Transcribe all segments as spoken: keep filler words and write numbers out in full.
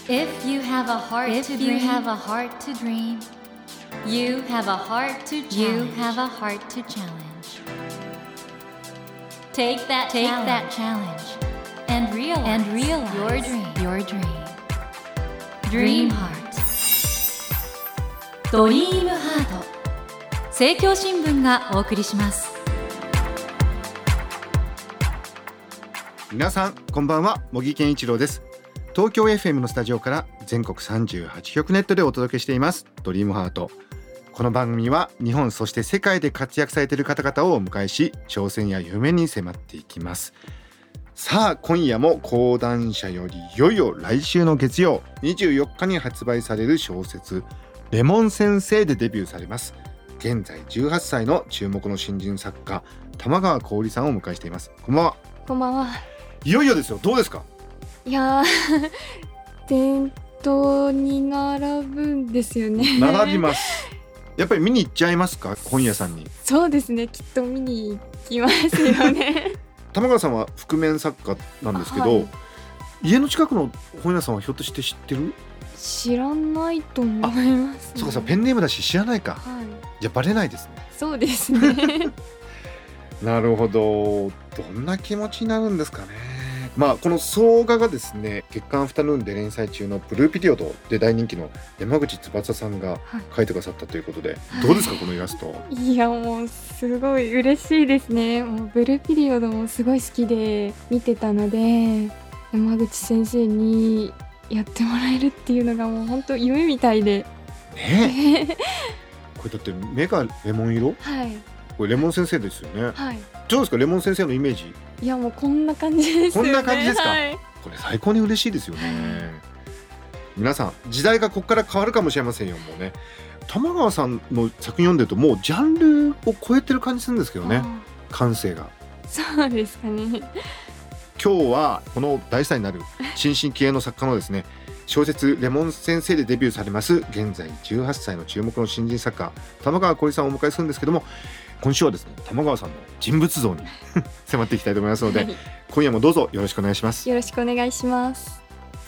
If you have a heart to dream, you have a heart to dream. You have a heart to challenge. You have a heart to challenge. Take that take challenge. that challenge and realize, and realize your dream. Your dream. Dream Heart. ドリームハート。政教新聞がお送りします。 皆さんこんばんは、茂木健一郎です。東京 エフエム のスタジオから全国さんじゅうはちきょくネットでお届けしていますドリームハート。この番組は日本そして世界で活躍されている方々をお迎えし、挑戦や夢に迫っていきます。さあ今夜も講談社よりいよいよ来週の月曜にじゅうよっかに発売される小説レモン先生でデビューされます。現在じゅうはっさいの注目の新人作家玉川香織さんをお迎えしています。こんばんは。 こんばんは。 いよいよですよ。どうですか？ いや店頭に並ぶんですよね。 並びます。やっぱり見に行っちゃいますか？本屋さんに。 そうですね、きっと見に行きますよね。 玉川さんは覆面作家なんですけど、はい、家の近くの本屋さんはひょっとして知ってる？ 知らないと思います、ね、 そうかそう、ペンネームだし知らないか、はい、じゃあバレないですね。 そうですね。 なるほど。どんな気持ちになるんですかね。まあこの総画がですね、月刊アフタヌーンで連載中のブルーピリオドで大人気の山口翼さんが描いてくださったということで、はい、どうですかこのイラスト？ いやもうすごい嬉しいですね。もうブルーピリオドもすごい好きで見てたので、山口先生にやってもらえるっていうのがもう本当夢みたいでね。これだって目がレモン色？はい。これレモン先生ですよね。はい。どうですかレモン先生のイメージ？ いやもうこんな感じですよね。 こんな感じですか、はい、これ最高に嬉しいですよね、はい、皆さん時代がここから変わるかもしれませんよ。もうね、玉川さんの作品読んでるともうジャンルを超えてる感じするんですけどね、感性が。 そうですかね。 今日はこの大スターになる新進気鋭の作家のですね小説レモン先生でデビューされます現在じゅうはっさいの注目の新人作家玉川香織さんをお迎えするんですけども、今週はですね玉川さんの人物像に迫っていきたいと思いますので、はい、今夜もどうぞよろしくお願いします。 よろしくお願いします。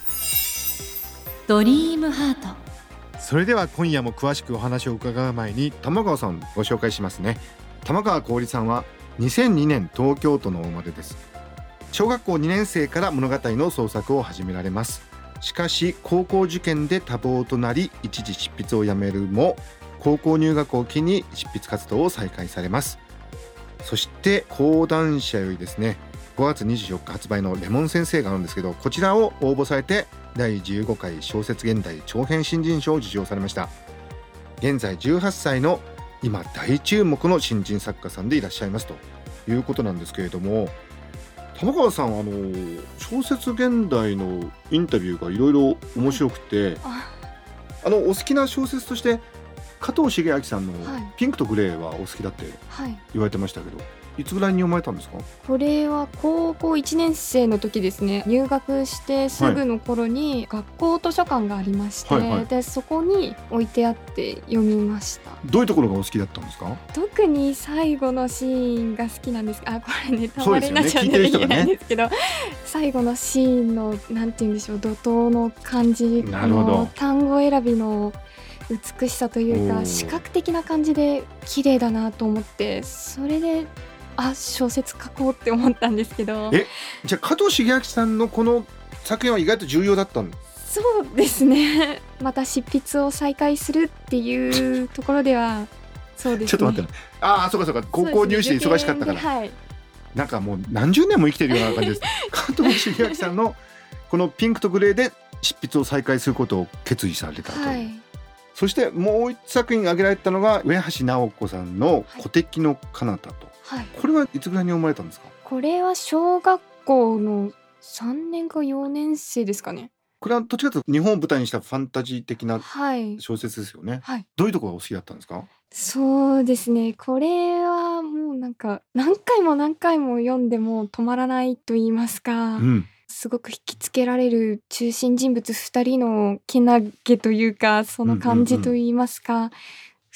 ドリームハート。 それでは今夜も詳しくお話を伺う前に玉川さんご紹介しますね。玉川香織さんはにせんにねん東京都のお生まれです。小学校にねん生から物語の創作を始められます。しかし高校受験で多忙となり一時執筆をやめるも高校入学を機に執筆活動を再開されます。そして講談社よりですねごがつにじゅうよっか発売のレモン先生があるんですけど、こちらを応募されてだいじゅうごかい小説現代長編新人賞を受賞されました。現在じゅうはっさいの今大注目の新人作家さんでいらっしゃいますということなんですけれども、玉川さんはあの小説現代のインタビューがいろいろ面白くて、ああのお好きな小説として加藤シゲアキさんのピンクとグレーはお好きだって言われてましたけど、はい、いつぐらいに読まれたんですか？ これは高校いちねん生の時ですね。入学してすぐの頃に学校図書館がありまして、はいはいはい、でそこに置いてあって読みました。 どういうところがお好きだったんですか？ 特に最後のシーンが好きなんです。あ、これネタバレになっちゃうんで言えないんですけど、最後のシーンのなんて言うんでしょう、怒涛の感じ、 なるほど、 単語選びの美しさというか視覚的な感じで綺麗だなと思って、それであ小説書こうって思ったんですけど。 えじゃあ加藤シゲアキさんのこの作品は意外と重要だったんです？ そうですね。また執筆を再開するっていうところではそうですね。 ちょっと待って、ああそうかそうか、高校入試で忙しかったから、はい、なんかもう何十年も生きてるような感じです。加藤シゲアキさんのこのピンクとグレーで執筆を再開することを決意されたと、はい、そしてもう一作品挙げられたのが上橋直子さんの古敵の彼方と、はい、これはいつぐらいに読まれたんですか？ これは小学校のさんねんかよねん生ですかね。 これはどっちかというと日本を舞台にしたファンタジー的な小説ですよね、はい、どういうところがお好きだったんですか？ そうですね、これはもうなんか何回も何回も読んでも止まらないと言いますか、うん、すごく引きつけられる中心人物ふたりのけなげというかその感じと言いますか、うんうんうん、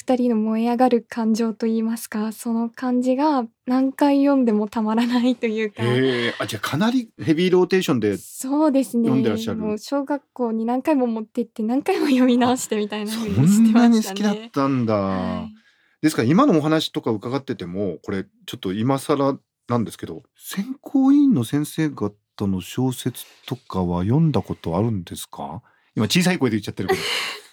ふたりの燃え上がる感情といいますか、その感じが何回読んでもたまらないというか。 へえ、あ、じゃあかなりヘビーローテーションで。 そうですね。 読んでらっしゃる。 もう小学校に何回も持ってって何回も読み直してみたいな風にしてまそんしたね。 なに好きだったんだ。 はい、 ですから今のお話とか伺ってても、これちょっと今更なんですけど、選考委員の先生方の小説とかは読んだことあるんですか？今小さい声で言っちゃってるけど。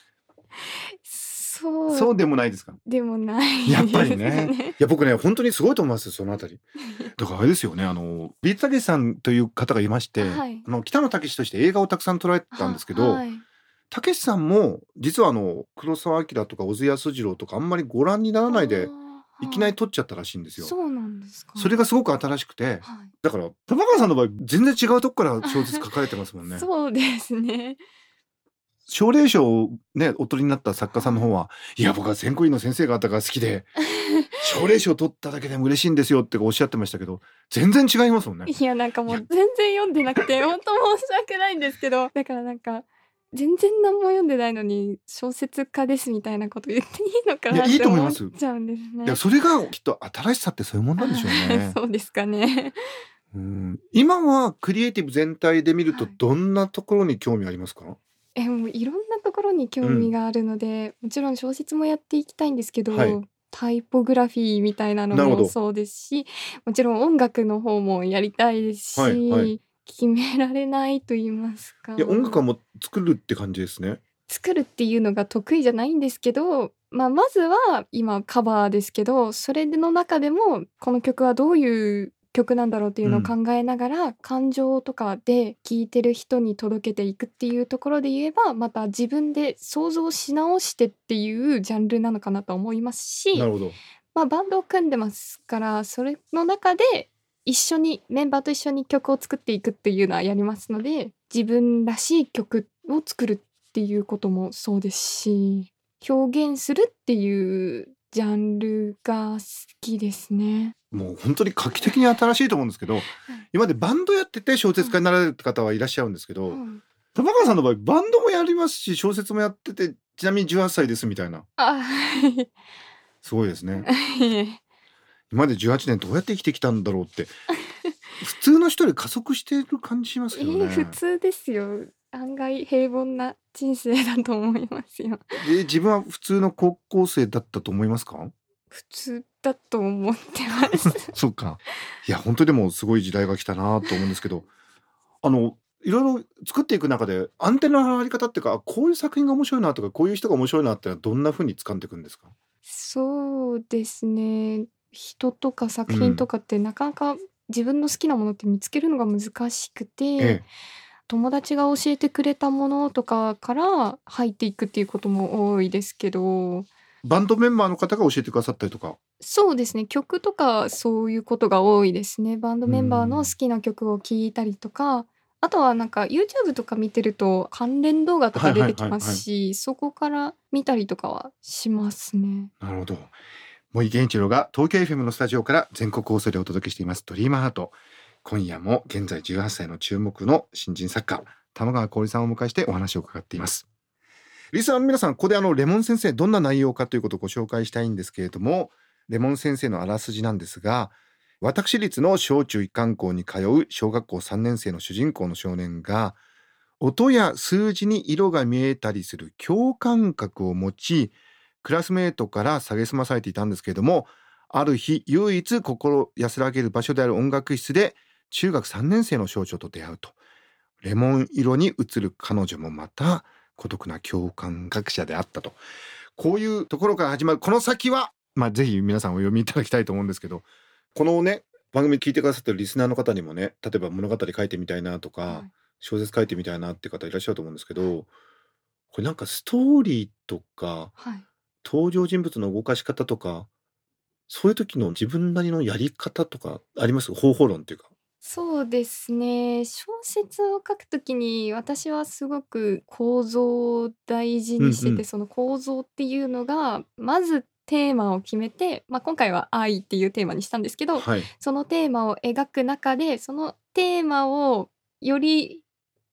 そうそうでもないですか？ でもないやっぱりね。いや僕ね本当にすごいと思いますよ、そのあたり。だからあれですよね、あのビートたけしさんという方がいまして、 はい、 あの北野武として映画をたくさん撮られてたんですけど、 はい、 たけしさんも実はあの黒澤明とか小津安二郎とかあんまりご覧にならないでいきなり撮っちゃったらしいんですよ。 そうなんですか。 それがすごく新しくて、 はい、 だから玉川さんの場合全然違うとこから小説書かれてますもんね。 そうですね。 奨励賞をねお取りになった作家さんの方は、いや僕は選考委員の先生方が好きで奨励賞を取っただけでも嬉しいんですよっておっしゃってましたけど、全然違いますもんね。 いやなんかもう全然読んでなくて本当申し訳ないんですけど、だからなんか全然何も読んでないのに小説家ですみたいなこと言っていいのかなって思っちゃうんですね。 いやそれがきっと新しさってそういうもんなんでしょうね。 そうですかね。 うん、今はクリエイティブ全体で見るとどんなところに興味ありますか？はい、 えもういろんなところに興味があるので、うん、もちろん小説もやっていきたいんですけど、はい、タイポグラフィーみたいなのもそうですし、もちろん音楽の方もやりたいですし、はいはい、決められないと言いますか。 いや音楽はもう作るって感じですね。 作るっていうのが得意じゃないんですけど、まあ、まずは今カバーですけど、それの中でもこの曲はどういう曲なんだろうっていうのを考えながら、うん、感情とかで聴いてる人に届けていくっていうところで言えば、また自分で想像し直してっていうジャンルなのかなと思いますし、 なるほど、 まあ、バンドを組んでますから、それの中で一緒にメンバーと一緒に曲を作っていくっていうのはやりますので、自分らしい曲を作るっていうこともそうですし、表現するっていうジャンルが好きですね。 もう本当に画期的に新しいと思うんですけど、はい、今までバンドやってて小説家になられる方はいらっしゃるんですけど、はい、玉川さんの場合バンドもやりますし小説もやってて、ちなみにじゅうはっさいですみたいな。 あすごいですね。今までじゅうはちねんどうやって生きてきたんだろうって普通の人より加速してる感じしますけどね。 普通ですよ。案外平凡な人生だと思いますよ。 で自分は普通の高校生だったと思いますか？ 普通だと思ってますそうか。いや本当でもすごい時代が来たなと思うんですけど、あのいろいろ作っていく中でアンテナの張り方っていうか、こういう作品が面白いなとかこういう人が面白いなってのはどんな風に掴んでいくんですか？ そうですね、人とか作品とかってなかなか自分の好きなものって見つけるのが難しくて、ええ、友達が教えてくれたものとかから入っていくっていうことも多いですけど、 バンドメンバーの方が教えてくださったりとか。 そうですね、曲とかそういうことが多いですね。バンドメンバーの好きな曲を聴いたりとか、あとはなんか YouTube とか見てると関連動画とか出てきますし、はいはいはいはい、そこから見たりとかはしますね。 なるほど。茂木健一郎が東京 エフエム のスタジオから全国放送でお届けしていますドリーマーハート。今夜も現在じゅうはっさいの注目の新人作家玉川浩司さんをお迎えしてお話を伺っています。リスナーの皆さん、ここであのレモン先生どんな内容かということをご紹介したいんですけれども、レモン先生のあらすじなんですが、私立の小中一貫校に通う小学校さんねん生の主人公の少年が、音や数字に色が見えたりする共感覚を持ち、クラスメートから蔑まされていたんですけれども、ある日唯一心安らげる場所である音楽室で中学さんねん生の少女と出会うと。レモン色に映る彼女もまた孤独な共感学者であったと。こういうところから始まるこの先は、まあ、ぜひ皆さんお読みいただきたいと思うんですけど、このね番組聞いてくださってるリスナーの方にもね、例えば物語書いてみたいなとか、はい、小説書いてみたいなって方いらっしゃると思うんですけど、これなんかストーリーとか、はい、登場人物の動かし方とか、そういう時の自分なりのやり方とかあります？方法論っていうか。 そうですね、小説を書くときに私はすごく構造を大事にしてて、うんうん、その構造っていうのがまずテーマを決めて、まあ、今回は愛っていうテーマにしたんですけど、はい、そのテーマを描く中でそのテーマをより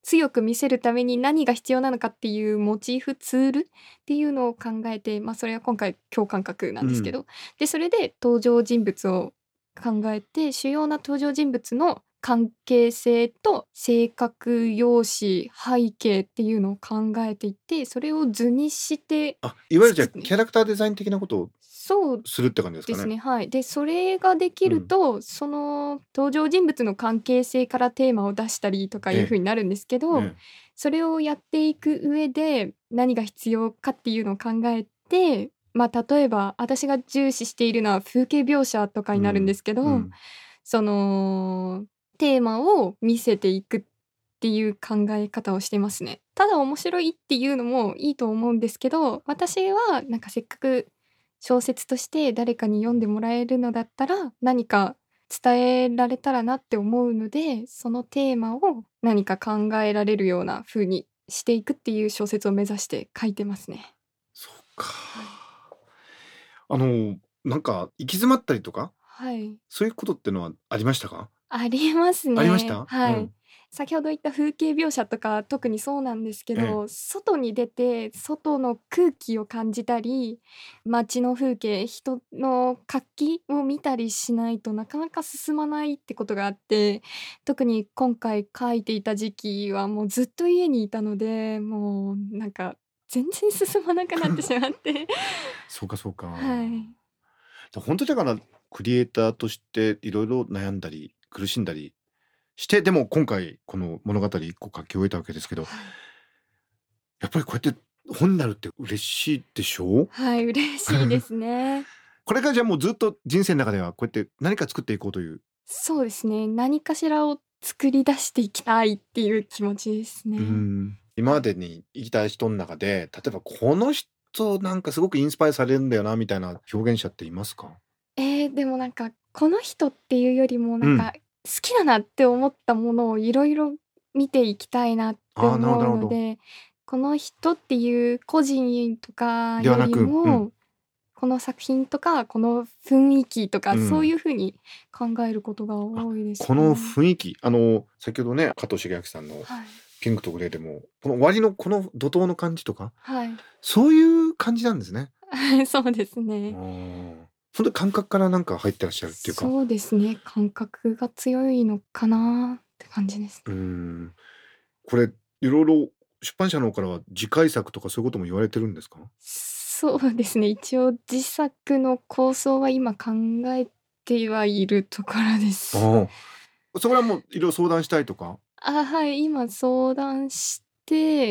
強く見せるために何が必要なのかっていうモチーフツールっていうのを考えて、まあ、それは今回共感覚なんですけど、でそれで登場人物を考えて、主要な登場人物の関係性と性格、容姿、背景っていうのを考えていて、それを図にしてあ、いわゆるじゃあ作ってキャラクターデザイン的なことをそうするって感じですかね。 ですね、はい。でそれができると、その登場人物の関係性からテーマを出したりとかいうええ風になるんですけど、 ええそれをやっていく上で何が必要かっていうのを考えて、まあ、例えば私が重視しているのは風景描写とかになるんですけど、 うんそのテーマを見せていくっていう考え方をしてますね。ただ面白いっていうのもいいと思うんですけど、私はなんかせっかく小説として誰かに読んでもらえるのだったら何か伝えられたらなって思うので、そのテーマを何か考えられるような風にしていくっていう小説を目指して書いてますね。 そうか。あのなんか行き詰まったりとかはい。 そういうことってのはありましたか？ ありますね。 ありました？ はい。 うん先ほど言った風景描写とか特にそうなんですけど、 え外に出て外の空気を感じたり、街の風景、人の活気を見たりしないとなかなか進まないってことがあって、特に今回書いていた時期はもうずっと家にいたので、もうなんか全然進まなくなってしまってそうかそうか。 はい本当だからクリエイターとしていろいろ悩んだり苦しんだりして、でも今回この物語一個書き終えたわけですけど、やっぱりこうやって本になるって嬉しいでしょう？ はい嬉しいですねこれからじゃあもうずっと人生の中ではこうやって何か作っていこうという、 そうですね。何かしらを作り出していきたいっていう気持ちですね。 うん今までに生きた人の中で例えばこの人なんかすごくインスパイアされるんだよなみたいな表現者っていますか？ えー、でもなんかこの人っていうよりもなんか好きだなって思ったものをいろいろ見ていきたいなってあーなるほどなるほど思うので、この人っていう個人とかよりではなく、 も、 うんこの作品とかこの雰囲気とか、 うんそういう風に考えることが多いですね。 この雰囲気、あの先ほどね加藤茂明さんのはいピンクとグレーでもこの終わりのこの怒涛の感じとかはいそういう感じなんですね。 そうですあね。 ー本当に感覚からなんか入ってらっしゃるっていうか、 そうですね。感覚が強いのかなって感じですうね。 んこれいろいろ出版社の方からは次回作とかそういうことも言われてるんですか？ そうですね。一応自作の構想は今考えてはいるところです。 ああそれはもういろいろ相談したいとか。 あ、はい、今相談して、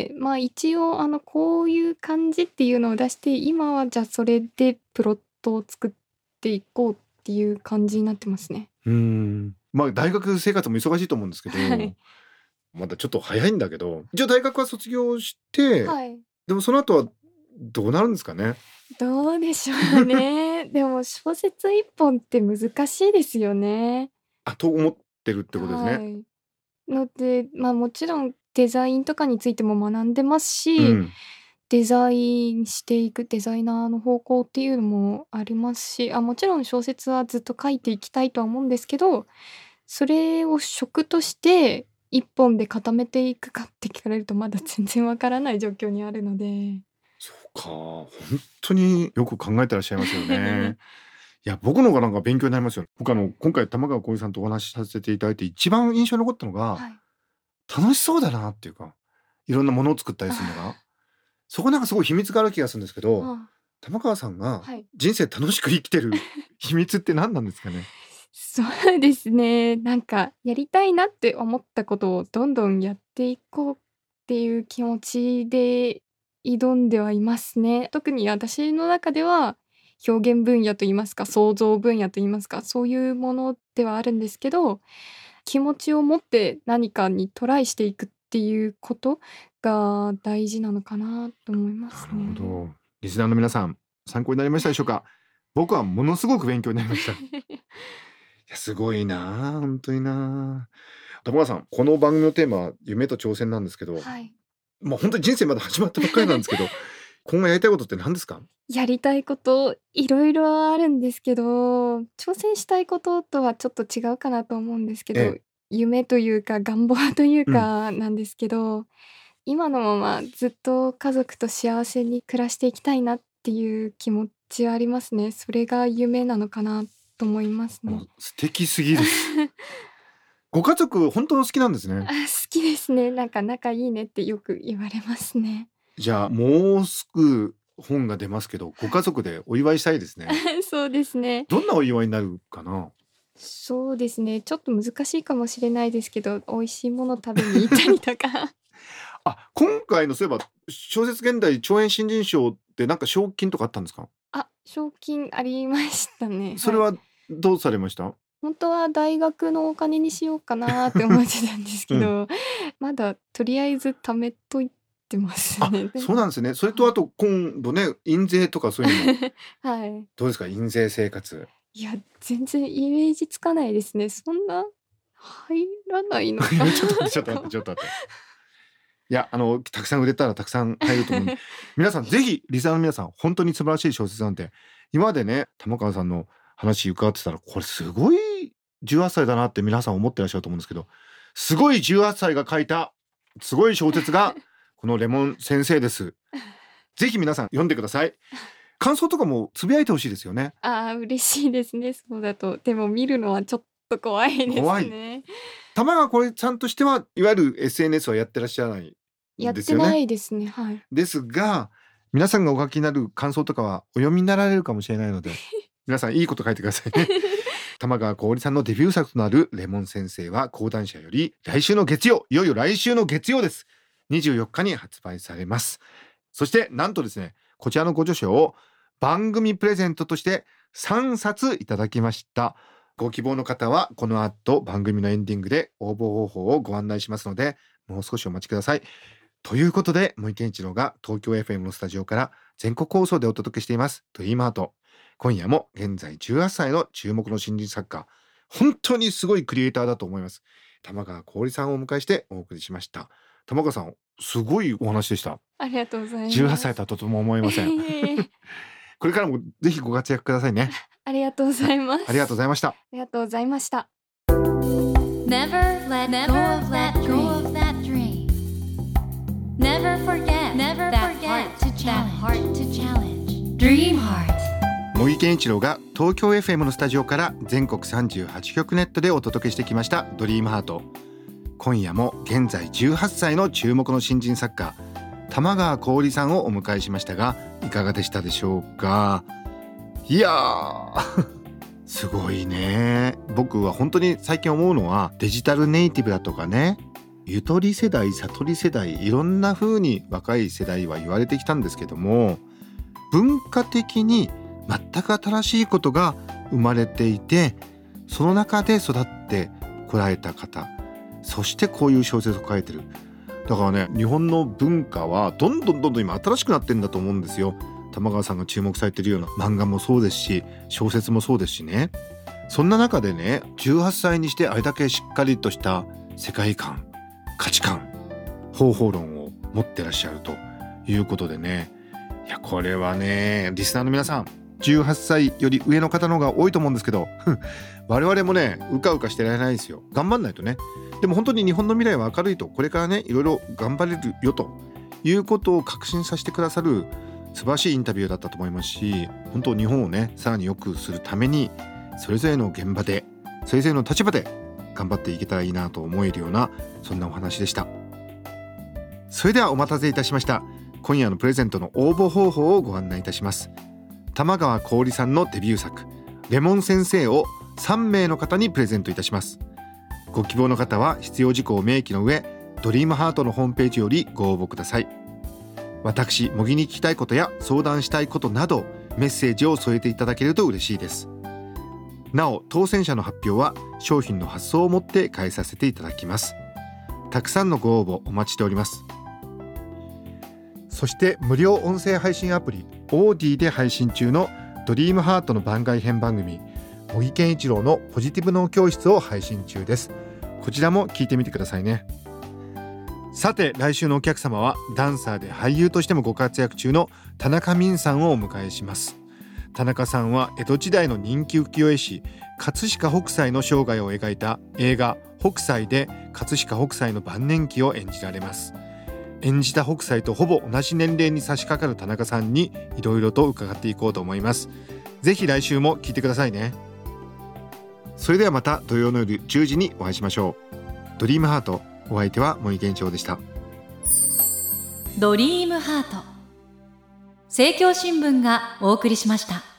まあ一応あのこういう感じっていうのを出して、今はじゃあそれでプロットを作っていこうっていう感じになってますね。 うんまあ大学生活も忙しいと思うんですけど、 はいまだちょっと早いんだけど、一応大学は卒業して、 はい。 でもその後はどうなるんですかね。 どうでしょうね。でも小説一本って難しいですよね。 あと思ってるってことですね。 はい。ので、まあもちろんデザインとかについても学んでますし、 うんデザインしていくデザイナーの方向っていうのもありますし、あもちろん小説はずっと書いていきたいとは思うんですけど、それを職として一本で固めていくかって聞かれるとまだ全然わからない状況にあるので。 そうか本当によく考えてらっしゃいますよね。いや僕の方がなんか勉強になりますよ。僕あの今回玉川浩一さんとお話しさせていただいて一番印象に残ったのが、 はい。 楽しそうだなっていうかいろんなものを作ったりするのがそこなんかすごい秘密がある気がするんですけど、 あ玉川さんがはい。 人生楽しく生きてる秘密って何なんですかね。 そうですね。なんかやりたいなって思ったことをどんどんやっていこうっていう気持ちで挑んではいますね。特に私の中では表現分野といいますか、創造分野といいますか、そういうものではあるんですけど、気持ちを持って何かにトライしていくっていうことが大事なのかなと思いますね。 なるほど。リスナーの皆さん参考になりましたでしょうか。僕はものすごく勉強になりました。いやすごいなあ本当になあ。玉川さんこの番組のテーマは夢と挑戦なんですけど、 はい。 もう本当に人生まだ始まったばっかりなんですけど今後やりたいことって何ですか？ やりたいこといろいろあるんですけど、挑戦したいこととはちょっと違うかなと思うんですけど、 ええ夢というか願望というかなんですけど、うん、今のままずっと家族と幸せに暮らしていきたいなっていう気持ちはありますね。それが夢なのかなと思いますね。 素敵すぎるご家族本当好きなんですね。 あ、好きですね。なんか仲いいねってよく言われますね。 じゃあもうすぐ本が出ますけど、ご家族でお祝いしたいですねそうですね。 どんなお祝いになるかな。 そうですね、ちょっと難しいかもしれないですけど、美味しいもの食べに行ったりとかあ、今回のそういえば小説現代長編新人賞ってなんか賞金とかあったんですか。 あ、賞金ありましたね。 それはどうされました。はい、 本当は大学のお金にしようかなって思ってたんですけど、うん、まだとりあえず貯めといてますね。 あ、そうなんですね。それとあと今度ね、印税とかそういうのはい。 どうですか、印税生活。 いや、全然イメージつかないですね。そんな入らないのかなちょっと待ってちょっと待ってちょっと待っていや、あのたくさん売れたらたくさん入ると思う皆さんぜひリスナーの皆さん、本当に素晴らしい小説なんて、今までね玉川さんの話伺ってたら、これすごいじゅうはっさいだなって皆さん思ってらっしゃると思うんですけど、すごいじゅうはっさいが書いたすごい小説がこのレモン先生ですぜひ皆さん読んでください。感想とかもつぶやいてほしいですよね。 ああ、嬉しいですね。そうだと。でも見るのはちょっと怖いですね。 怖い。玉川これさんとしてはいわゆる エスエヌエス はやってらっしゃらないんですよね。 やってないですね。はい。 ですが皆さんがお書きになる感想とかはお読みになられるかもしれないので皆さんいいこと書いてくださいね玉川小織さんのデビュー作となるレモン先生は講談社より来週の月曜、いよいよ来週の月曜です。にじゅうよっかに発売されます。そしてなんとですね、こちらのご著書を番組プレゼントとしてさんさついただきました。ご希望の方はこの後番組のエンディングで応募方法をご案内しますので、もう少しお待ちください。ということで、森健一郎が東京 エフエム のスタジオから全国放送でお届けしていますドリームハート。今夜も現在じゅうはっさいの注目の新人作家、本当にすごいクリエイターだと思います玉川小織さんをお迎えしてお送りしました。玉川さん、すごいお話でした。 ありがとうございます。 じゅうはっさいとはとても思えませんこれからもぜひご活躍くださいね。 ありがとうございます。 ありがとうございました。 ありがとうございました。 Never let go of that dream. Never forget that heart to challenge. Dream Heart. 茂木健一郎が東京 エフエム のスタジオから全国さんじゅうはちきょくネットでお届けしてきましたドリームハート。今夜も現在じゅうはっさいの注目の新人作家玉川小織さんをお迎えしましたが、いかがでしたでしょうか。いやーすごいね。僕は本当に最近思うのは、デジタルネイティブだとかね、ゆとり世代、悟り世代、いろんな風に若い世代は言われてきたんですけども、文化的に全く新しいことが生まれていて、その中で育ってこられた方、そしてこういう小説を書いてる。だからね、日本の文化はどんどんどんどん今新しくなってんだと思うんですよ。玉川さんが注目されているような漫画もそうですし、小説もそうですしね。そんな中でね、じゅうはっさいにしてあれだけしっかりとした世界観、価値観、方法論を持ってらっしゃるということでね、いやこれはね、リスナーの皆さんじゅうはっさいより上の方の方が多いと思うんですけど我々もね、うかうかしてられないですよ。頑張んないとね。でも本当に日本の未来は明るいと、これからね、いろいろ頑張れるよということを確信させてくださる素晴らしいインタビューだったと思いますし、本当日本をね、さらに良くするためにそれぞれの現場で、それぞれの立場で頑張っていけたらいいなと思えるような、そんなお話でした。それではお待たせいたしました。今夜のプレゼントの応募方法をご案内いたします。玉川小織さんのデビュー作レモン先生をさんめいの方にプレゼントいたします。ご希望の方は必要事項を明記の上、ドリームハートのホームページよりご応募ください。私茂木に聞きたいことや相談したいことなど、メッセージを添えていただけると嬉しいです。なお当選者の発表は商品の発送をもって返させていただきます。たくさんのご応募お待ちしております。そして無料音声配信アプリオーディで配信中のドリームハートの番外編番組、茂木健一郎のポジティブ脳教室を配信中です。こちらも聞いてみてくださいね。さて来週のお客様はダンサーで俳優としてもご活躍中の田中泯さんをお迎えします。田中さんは江戸時代の人気浮世絵師葛飾北斎の生涯を描いた映画北斎で葛飾北斎の晩年期を演じられます。演じた北斎とほぼ同じ年齢に差し掛かる田中さんにいろいろと伺っていこうと思います。ぜひ来週も聞いてくださいね。それではまた土曜の夜じゅうじにお会いしましょう。ドリームハート、お相手は森健一郎でした。 ドリームハート、政教新聞がお送りしました。